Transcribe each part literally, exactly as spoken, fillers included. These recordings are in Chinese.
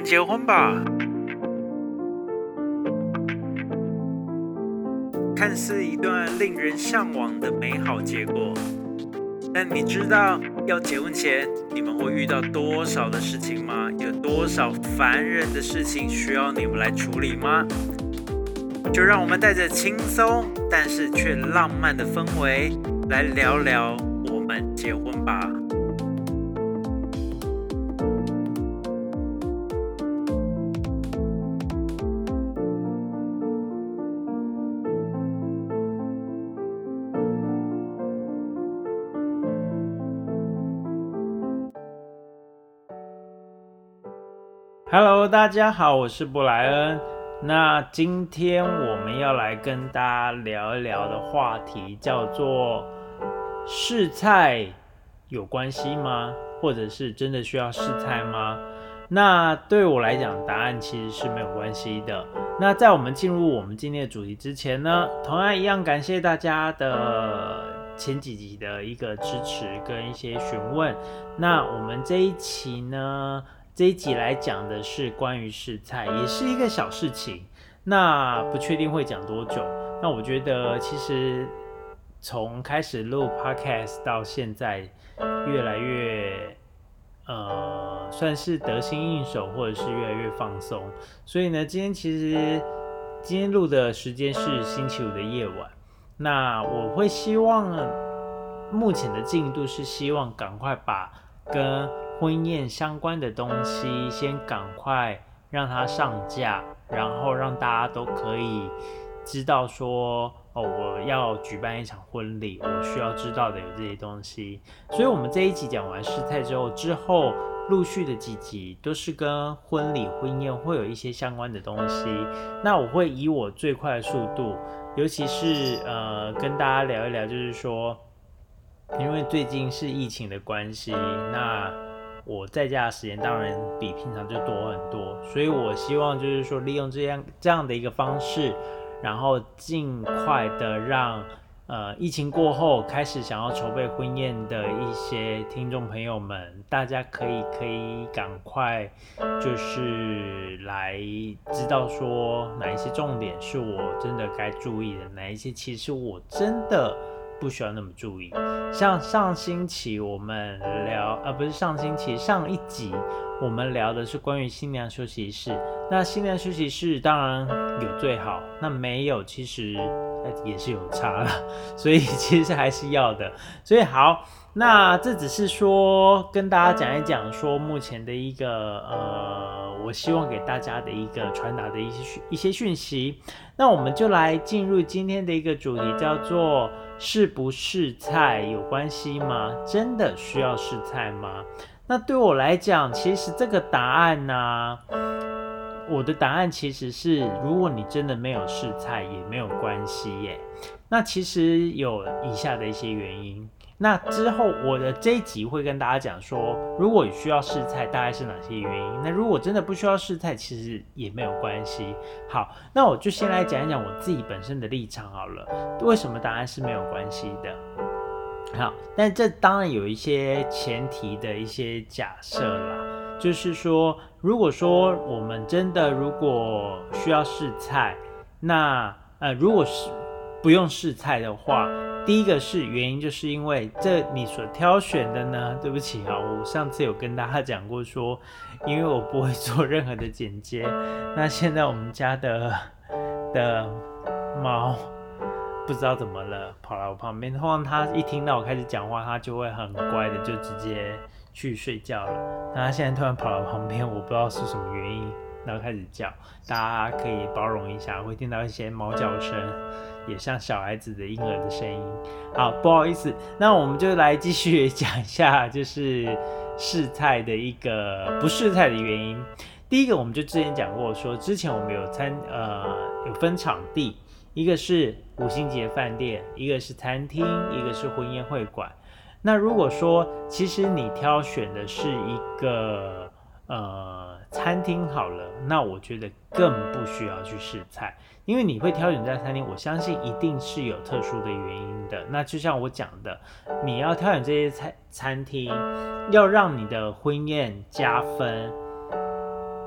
们结婚吧。看似一段令人向往的美好结果，但你知道要结婚前你们会遇到多少的事情吗？有多少烦人的事情需要你们来处理吗？就让我们带着轻松但是却浪漫的氛围来聊聊我们结婚吧。Hello， 大家好，我是布莱恩。那今天我们要来跟大家聊一聊的话题叫做试菜有关系吗？或者是真的需要试菜吗？那对我来讲，答案其实是没有关系的。那在我们进入我们今天的主题之前呢，同样一样感谢大家的前几集的一个支持跟一些询问。那我们这一期呢，这一集来讲的是关于试菜，也是一个小事情。那不确定会讲多久。那我觉得其实从开始录 podcast 到现在，越来越呃算是得心应手，或者是越来越放松。所以呢，今天其实今天录的时间是星期五的夜晚。那我会希望目前的进度是希望赶快把跟婚宴相关的东西先赶快让它上架，然后让大家都可以知道说哦，我要举办一场婚礼，我需要知道的有这些东西。所以我们这一集讲完试菜之后，之后陆续的几集都是跟婚礼婚宴会有一些相关的东西。那我会以我最快的速度，尤其是呃跟大家聊一聊，就是说因为最近是疫情的关系，那我在家的时间当然比平常就多很多，所以我希望就是说利用这样这样的一个方式，然后尽快的让呃疫情过后开始想要筹备婚宴的一些听众朋友们，大家可以可以赶快就是来知道说哪一些重点是我真的该注意的，哪一些其实我真的不需要那么注意。像上星期我们聊，呃，不是上星期，上一集我们聊的是关于新娘休息室。那新娘休息室当然有最好，那没有其实也是有差啦，所以其实还是要的。所以好，那这只是说跟大家讲一讲，说目前的一个呃，我希望给大家的一个传达的一些一些讯息。那我们就来进入今天的一个主题，叫做是不是菜有关系吗？真的需要试菜吗？那对我来讲，其实这个答案呢、啊，我的答案其实是，如果你真的没有试菜也没有关系耶。那其实有以下的一些原因。那之后我的这一集会跟大家讲说，如果需要试菜大概是哪些原因，那如果真的不需要试菜其实也没有关系。好，那我就先来讲一讲我自己本身的立场好了，为什么答案是没有关系的。好，但这当然有一些前提的一些假设啦，就是说如果说我们真的如果需要试菜，那呃如果是不用试菜的话，第一个是原因就是因为这你所挑选的呢，对不起啊，我上次有跟大家讲过说，因为我不会做任何的剪接，那现在我们家的的猫不知道怎么了，跑来我旁边，通常它一听到我开始讲话，它就会很乖的就直接去睡觉了。那它现在突然跑到旁边，我不知道是什么原因，然后开始叫，大家可以包容一下，会听到一些猫叫声，也像小孩子的婴儿的声音。好，不好意思，那我们就来继续讲一下，就是试菜的一个不试菜的原因。第一个，我们就之前讲过说，之前我们有参呃有分场地，一个是五星级的饭店，一个是餐厅，一个是婚宴会馆。那如果说其实你挑选的是一个呃餐厅好了，那我觉得更不需要去试菜，因为你会挑选在餐厅，我相信一定是有特殊的原因的。那就像我讲的，你要挑选这些餐餐厅，要让你的婚宴加分，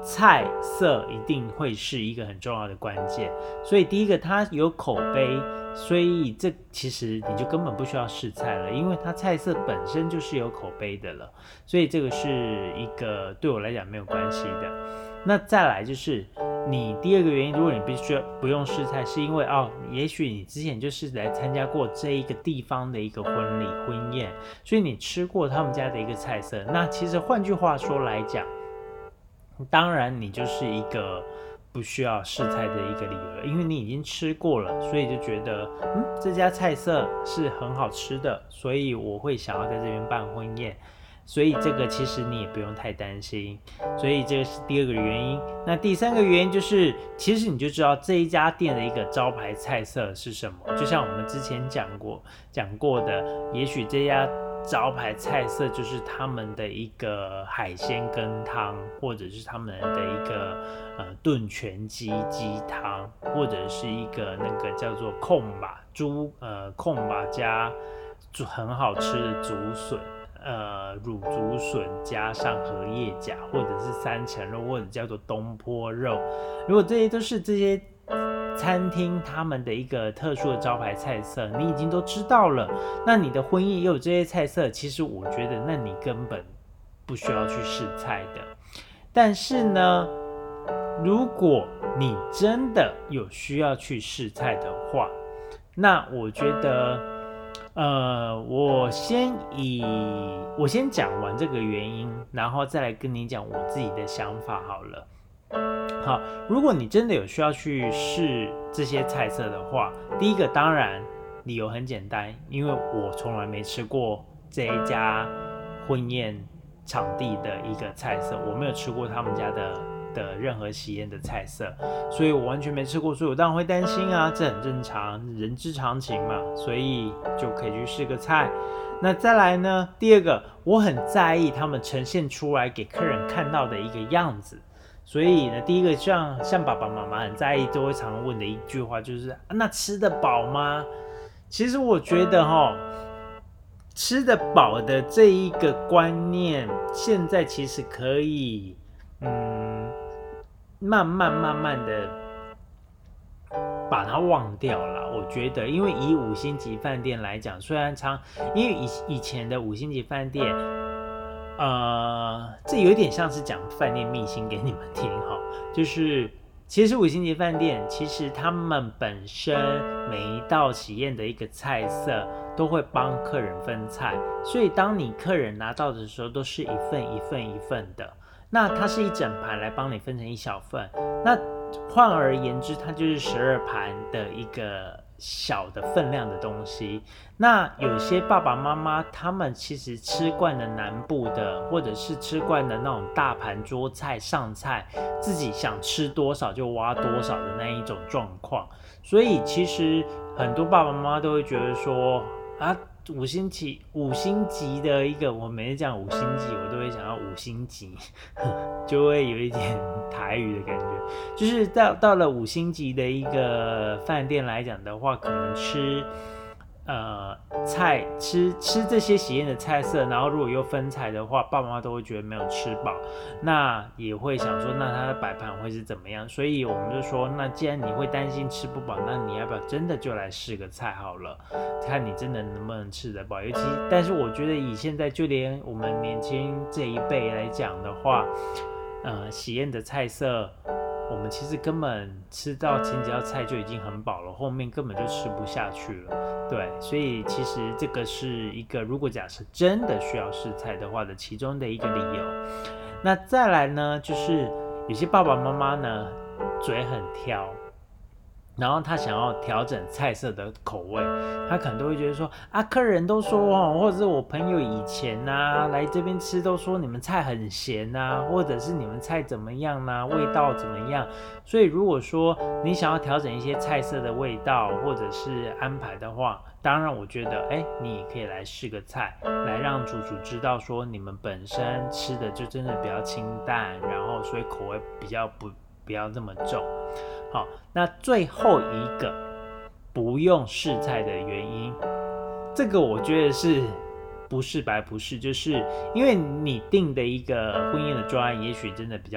菜色一定会是一个很重要的关键。所以第一个，它有口碑，所以这其实你就根本不需要试菜了，因为它菜色本身就是有口碑的了。所以这个是一个对我来讲没有关系的。那再来就是你第二个原因，如果你必须不用试菜，是因为哦，也许你之前就是来参加过这一个地方的一个婚礼婚宴，所以你吃过他们家的一个菜色。那其实换句话说来讲，当然你就是一个不需要试菜的一个理由了，因为你已经吃过了，所以就觉得嗯这家菜色是很好吃的，所以我会想要在这边办婚宴。所以这个其实你也不用太担心，所以这个是第二个原因。那第三个原因就是，其实你就知道这一家店的一个招牌菜色是什么。就像我们之前讲过讲过的，也许这家招牌菜色就是他们的一个海鲜羹汤，或者是他们的一个呃炖全鸡鸡汤，或者是一个那个叫做控吧猪呃控吧加很好吃的竹笋。呃，乳竹笋加上荷叶甲，或者是三层肉，或者叫做东坡肉。如果这些都是这些餐厅他们的一个特殊的招牌菜色，你已经都知道了，那你的婚宴也有这些菜色，其实我觉得那你根本不需要去试菜的。但是呢，如果你真的有需要去试菜的话，那我觉得呃，我先以我先讲完这个原因，然后再来跟你讲我自己的想法好了。好，如果你真的有需要去试这些菜色的话，第一个当然理由很简单，因为我从来没吃过这一家婚宴场地的一个菜色，我没有吃过他们家的的任何喜宴的菜色，所以我完全没吃过，所以我当然会担心啊，这很正常，人之常情嘛，所以就可以去试个菜。那再来呢，第二个，我很在意他们呈现出来给客人看到的一个样子，所以呢，第一个像像爸爸妈妈很在意，都会常问的一句话就是、啊、那吃得饱吗？其实我觉得齁，吃得饱的这一个观念，现在其实可以嗯慢慢慢慢的把它忘掉了。我觉得，因为以五星级饭店来讲，虽然常因为 以, 以前的五星级饭店，呃，这有点像是讲饭店秘辛给你们听哈，就是其实五星级饭店其实他们本身每一道喜宴的一个菜色都会帮客人分菜，所以当你客人拿到的时候，都是一份一份一份的。那它是一整盘来帮你分成一小份，那换而言之，它就是十二盘的一个小的分量的东西。那有些爸爸妈妈他们其实吃惯了南部的，或者是吃惯了那种大盘桌菜上菜，自己想吃多少就挖多少的那一种状况，所以其实很多爸爸妈妈都会觉得说啊，五星级五星级的一个，我每次讲五星级，我都会想要五星级，就会有一点台语的感觉。就是到到了五星级的一个饭店来讲的话，可能吃呃菜吃吃这些喜宴的菜色，然后如果又分菜的话，爸爸妈妈都会觉得没有吃饱，那也会想说，那它的摆盘会是怎么样？所以我们就说，那既然你会担心吃不饱，那你要不要真的就来试个菜好了，看你真的能不能吃得饱？尤其，但是我觉得以现在就连我们年轻这一辈来讲的话，呃，喜宴的菜色，我们其实根本吃到前几道菜就已经很饱了，后面根本就吃不下去了。对，所以其实这个是一个，如果假设真的需要试菜的话的其中的一个理由。那再来呢，就是有些爸爸妈妈呢嘴很挑，然后他想要调整菜色的口味，他可能都会觉得说啊，客人都说哦，或者是我朋友以前啊来这边吃都说你们菜很咸啊，或者是你们菜怎么样啊，味道怎么样。所以如果说你想要调整一些菜色的味道或者是安排的话，当然我觉得哎，你也可以来试个菜，来让主厨知道说你们本身吃的就真的比较清淡，然后所以口味比较不不要这么重。好，那最后一个不用试菜的原因，这个我觉得是不是白不是，就是因为你定的一个婚宴的专案，也许真的比较高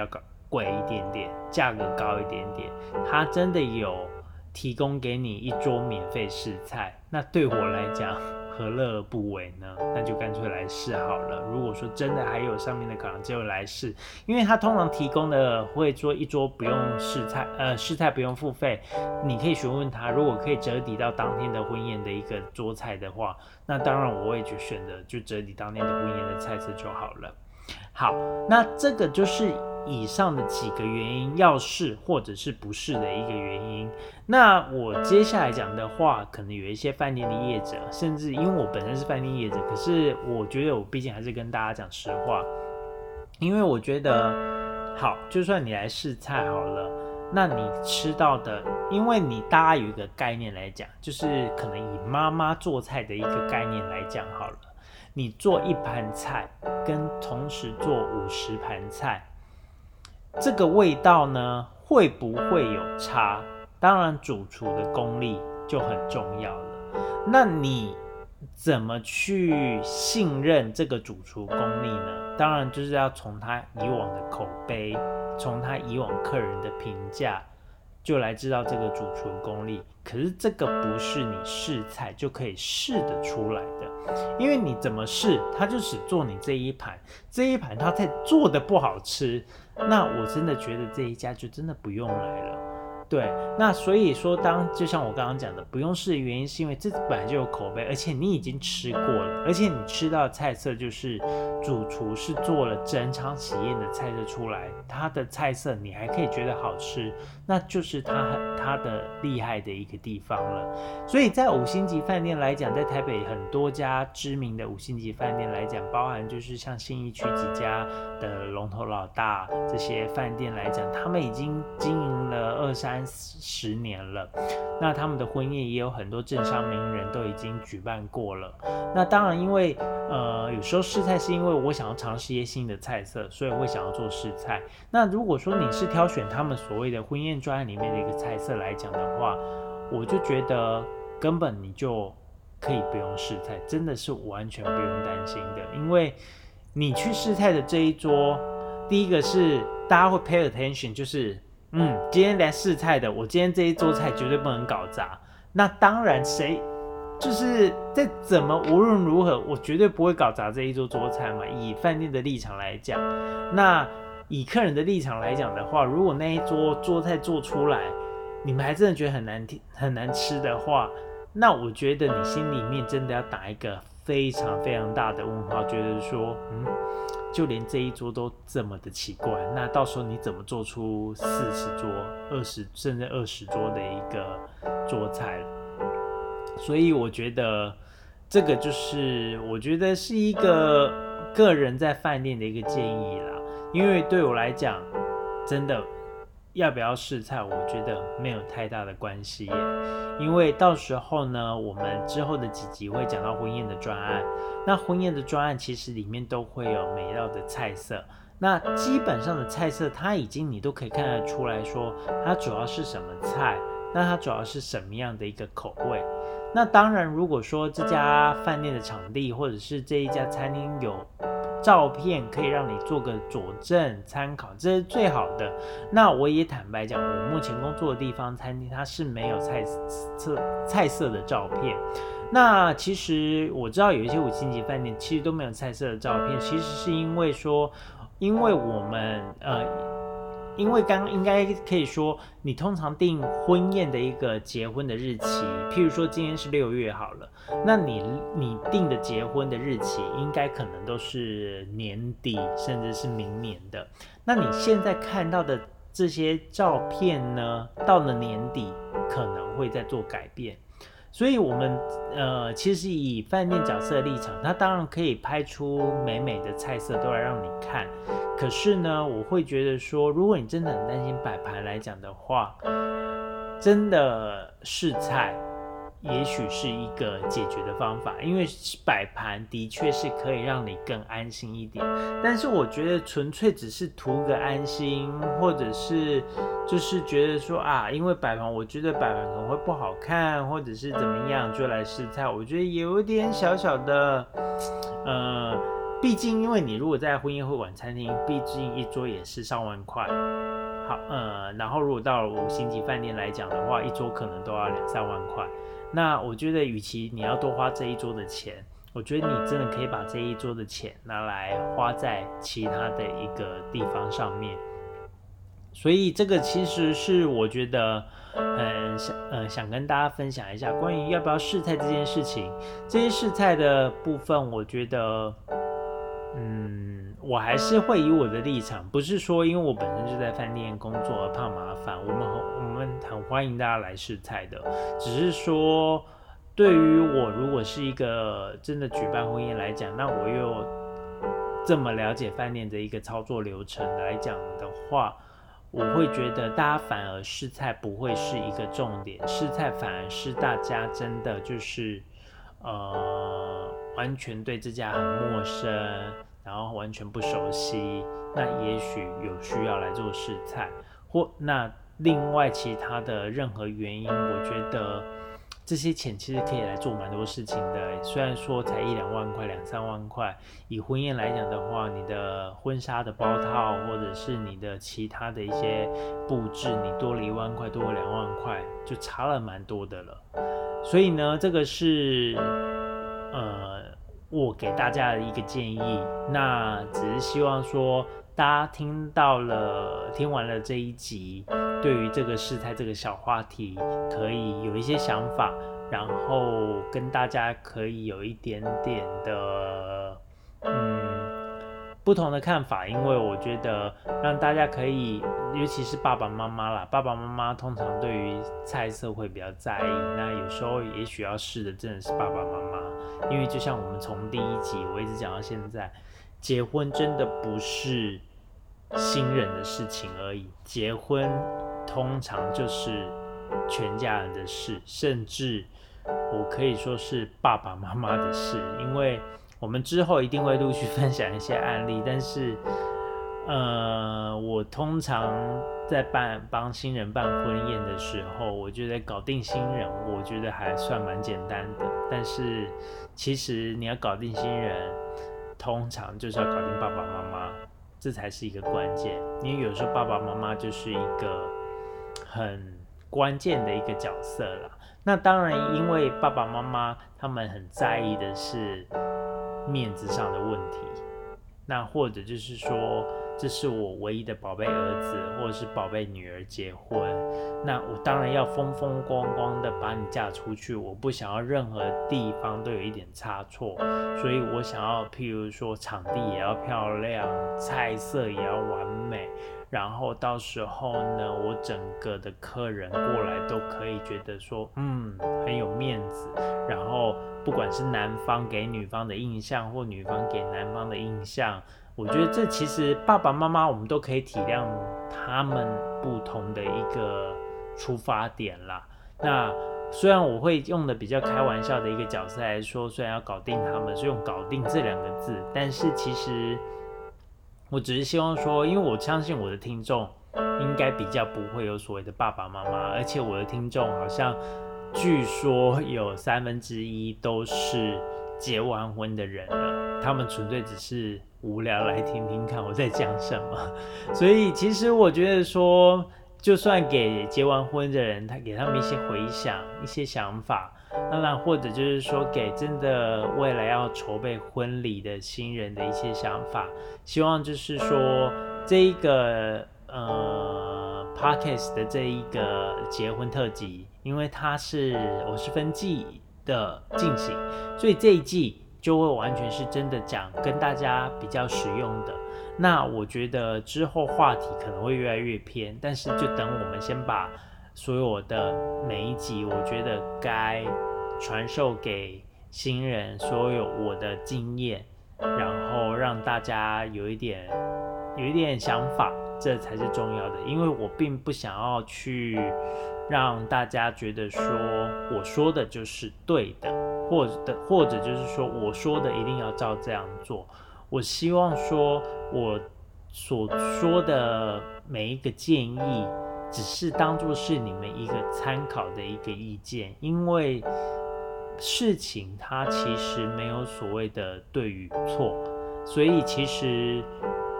贵一点点，价格高一点点，它真的有提供给你一桌免费试菜，那对我来讲何乐而不为呢？那就干脆来试好了。如果说真的还有上面的考量，就来试，因为它通常提供的会做一桌不用试菜，呃，试菜不用付费，你可以询问他，如果可以折抵到当天的婚宴的一个桌菜的话，那当然我也就选择就折抵当天的婚宴的菜色就好了。好，那这个就是以上的几个原因，要试或者是不试的一个原因。那我接下来讲的话，可能有一些饭店的业者，甚至因为我本身是饭店业者，可是我觉得我毕竟还是跟大家讲实话，因为我觉得，好，就算你来试菜好了，那你吃到的，因为你大家有一个概念来讲，就是可能以妈妈做菜的一个概念来讲好了。你做一盘菜跟同时做五十盘菜，这个味道呢会不会有差？当然主厨的功力就很重要了。那你怎么去信任这个主厨功力呢？当然就是要从他以往的口碑，从他以往客人的评价，就来知道这个主厨的功力。可是这个不是你试菜就可以试得出来的，因为你怎么试，他就只做你这一盘，这一盘他再做的不好吃，那我真的觉得这一家就真的不用来了。对，那所以说当就像我刚刚讲的，不用试的原因是因为这本来就有口碑，而且你已经吃过了，而且你吃到的菜色就是主厨是做了整场喜宴的菜色出来，他的菜色你还可以觉得好吃，那就是他很他的厉害的一个地方了。所以在五星级饭店来讲，在台北很多家知名的五星级饭店来讲，包含就是像信义区几家的龙头老大这些饭店来讲，他们已经经营了二三十年了，那他们的婚宴也有很多政商名人都已经举办过了。那当然因为呃有时候试菜是因为我想要尝试一些新的菜色，所以我会想要做试菜。那如果说你是挑选他们所谓的婚宴专案里面的一个菜色来讲的话，我就觉得根本你就可以不用试菜，真的是完全不用担心的。因为你去试菜的这一桌，第一个是大家会 pay attention， 就是嗯，今天来试菜的，我今天这一桌菜绝对不能搞砸。那当然谁就是再怎么无论如何，我绝对不会搞砸这一桌桌菜嘛。以饭店的立场来讲，那以客人的立场来讲的话，如果那一桌桌菜做出来，你们还真的觉得很难听、很难吃的话，那我觉得你心里面真的要打一个非常非常大的问号，觉得说，嗯，就连这一桌都这么的奇怪，那到时候你怎么做出四十桌、二十甚至二十桌的一个桌菜？所以我觉得这个就是我觉得是一个个人在饭店的一个建议啦，因为对我来讲，真的要不要试菜，我觉得没有太大的关系耶。因为到时候呢，我们之后的几集会讲到婚宴的专案，那婚宴的专案其实里面都会有每道的菜色，那基本上的菜色它已经你都可以看得出来说它主要是什么菜，那它主要是什么样的一个口味。那当然如果说这家饭店的场地或者是这一家餐厅有照片可以让你做个佐证参考，这是最好的。那我也坦白讲，我目前工作的地方餐厅它是没有菜色菜色的照片。那其实我知道有一些五星级饭店其实都没有菜色的照片，其实是因为说，因为我们呃。因为刚刚应该可以说，你通常订婚宴的一个结婚的日期，譬如说今天是六月好了，那你你订的结婚的日期应该可能都是年底甚至是明年的。那你现在看到的这些照片呢，到了年底可能会再做改变。所以我们呃，其实以饭店角色的立场，它当然可以拍出美美的菜色都来让你看。可是呢，我会觉得说，如果你真的很担心摆盘来讲的话，真的试菜也许是一个解决的方法，因为摆盘的确是可以让你更安心一点。但是我觉得纯粹只是图个安心，或者是就是觉得说啊，因为摆盘，我觉得摆盘可能会不好看，或者是怎么样就来试菜，我觉得有点小小的，呃。毕竟，因为你如果在婚宴会馆餐厅，毕竟一桌也是上万块， 好，呃，然后如果到了五星级饭店来讲的话，一桌可能都要两三万块。那我觉得，与其你要多花这一桌的钱，我觉得你真的可以把这一桌的钱拿来花在其他的一个地方上面。所以这个其实是我觉得很想呃想跟大家分享一下关于要不要试菜这件事情。这些试菜的部分，我觉得，嗯，我还是会以我的立场，不是说因为我本身就在饭店工作而怕麻烦，我们很我们很欢迎大家来试菜的，只是说对于我如果是一个真的举办婚宴来讲，那我又这么了解饭店的一个操作流程来讲的话，我会觉得大家反而试菜不会是一个重点，试菜反而是大家真的就是呃完全对这家很陌生，然后完全不熟悉，那也许有需要来做试菜，或那另外其他的任何原因，我觉得这些钱其实可以来做蛮多事情的。虽然说才一两万块、两三万块，以婚宴来讲的话，你的婚纱的包套或者是你的其他的一些布置，你多了一万块，多了两万块，就差了蛮多的了。所以呢，这个是呃我给大家的一个建议。那只是希望说，大家听到了、听完了这一集，对于这个试菜这个小话题，可以有一些想法，然后跟大家可以有一点点的嗯不同的看法，因为我觉得让大家可以，尤其是爸爸妈妈啦，爸爸妈妈通常对于菜色会比较在意，那有时候也许要试的真的是爸爸妈妈，因为就像我们从第一集我一直讲到现在，结婚真的不是新人的事情而已，结婚通常就是全家人的事，甚至我可以说是爸爸妈妈的事，因为我们之后一定会陆续分享一些案例，但是呃，我通常在办帮新人办婚宴的时候，我觉得搞定新人，我觉得还算蛮简单的，但是其实你要搞定新人，通常就是要搞定爸爸妈妈，这才是一个关键，因为有时候爸爸妈妈就是一个很关键的一个角色啦。那当然，因为爸爸妈妈他们很在意的是面子上的问题，那或者就是说，这是我唯一的宝贝儿子或者是宝贝女儿结婚，那我当然要风风光光的把你嫁出去，我不想要任何地方都有一点差错，所以我想要譬如说场地也要漂亮，菜色也要完美，然后到时候呢，我整个的客人过来都可以觉得说，嗯，很有面子，然后不管是男方给女方的印象，或女方给男方的印象，我觉得这其实爸爸妈妈我们都可以体谅他们不同的一个出发点啦。那虽然我会用的比较开玩笑的一个角色来说，虽然要搞定他们是用搞定这两个字，但是其实我只是希望说，因为我相信我的听众应该比较不会有所谓的爸爸妈妈，而且我的听众好像据说有三分之一都是结完婚的人了，他们纯粹只是无聊来听听看我在讲什么。所以其实我觉得说，就算给结完婚的人，他给他们一些回想、一些想法，当然或者就是说给真的未来要筹备婚礼的新人的一些想法，希望就是说这一个呃 podcast 的这一个结婚特辑，因为它是我是分季的进行，所以这一季就会完全是真的讲跟大家比较实用的。那我觉得之后话题可能会越来越偏，但是就等我们先把所有的每一集，我觉得该传授给新人所有我的经验，然后让大家有一点有一点想法，这才是重要的。因为我并不想要去让大家觉得说我说的就是对的，或者或者就是说我说的一定要照这样做。我希望说我所说的每一个建议，只是当作是你们一个参考的一个意见，因为事情它其实没有所谓的对与错，所以其实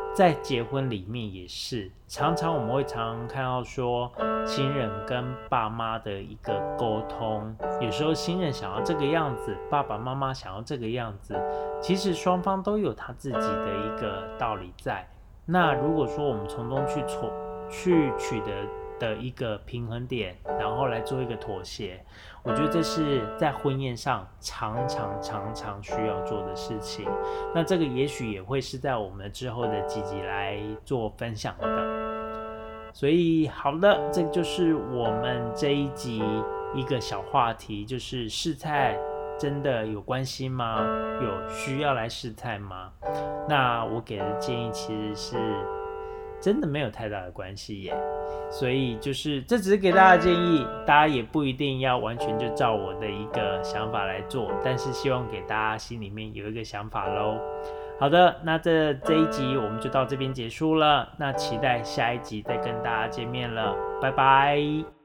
在结婚里面也是，常常我们会常常看到说，新人跟爸妈的一个沟通，有时候新人想要这个样子，爸爸妈妈想要这个样子，其实双方都有他自己的一个道理在。那如果说我们从中去挫去取得的一个平衡点，然后来做一个妥协，我觉得这是在婚宴上常常常常需要做的事情。那这个也许也会是在我们之后的几集来做分享的。所以好的，这就是我们这一集一个小话题，就是试菜真的有关系吗？有需要来试菜吗？那我给的建议其实是真的没有太大的关系耶，所以就是这只是给大家的建议，大家也不一定要完全就照我的一个想法来做，但是希望给大家心里面有一个想法咯。好的，那这这一集我们就到这边结束了，那期待下一集再跟大家见面了，拜拜。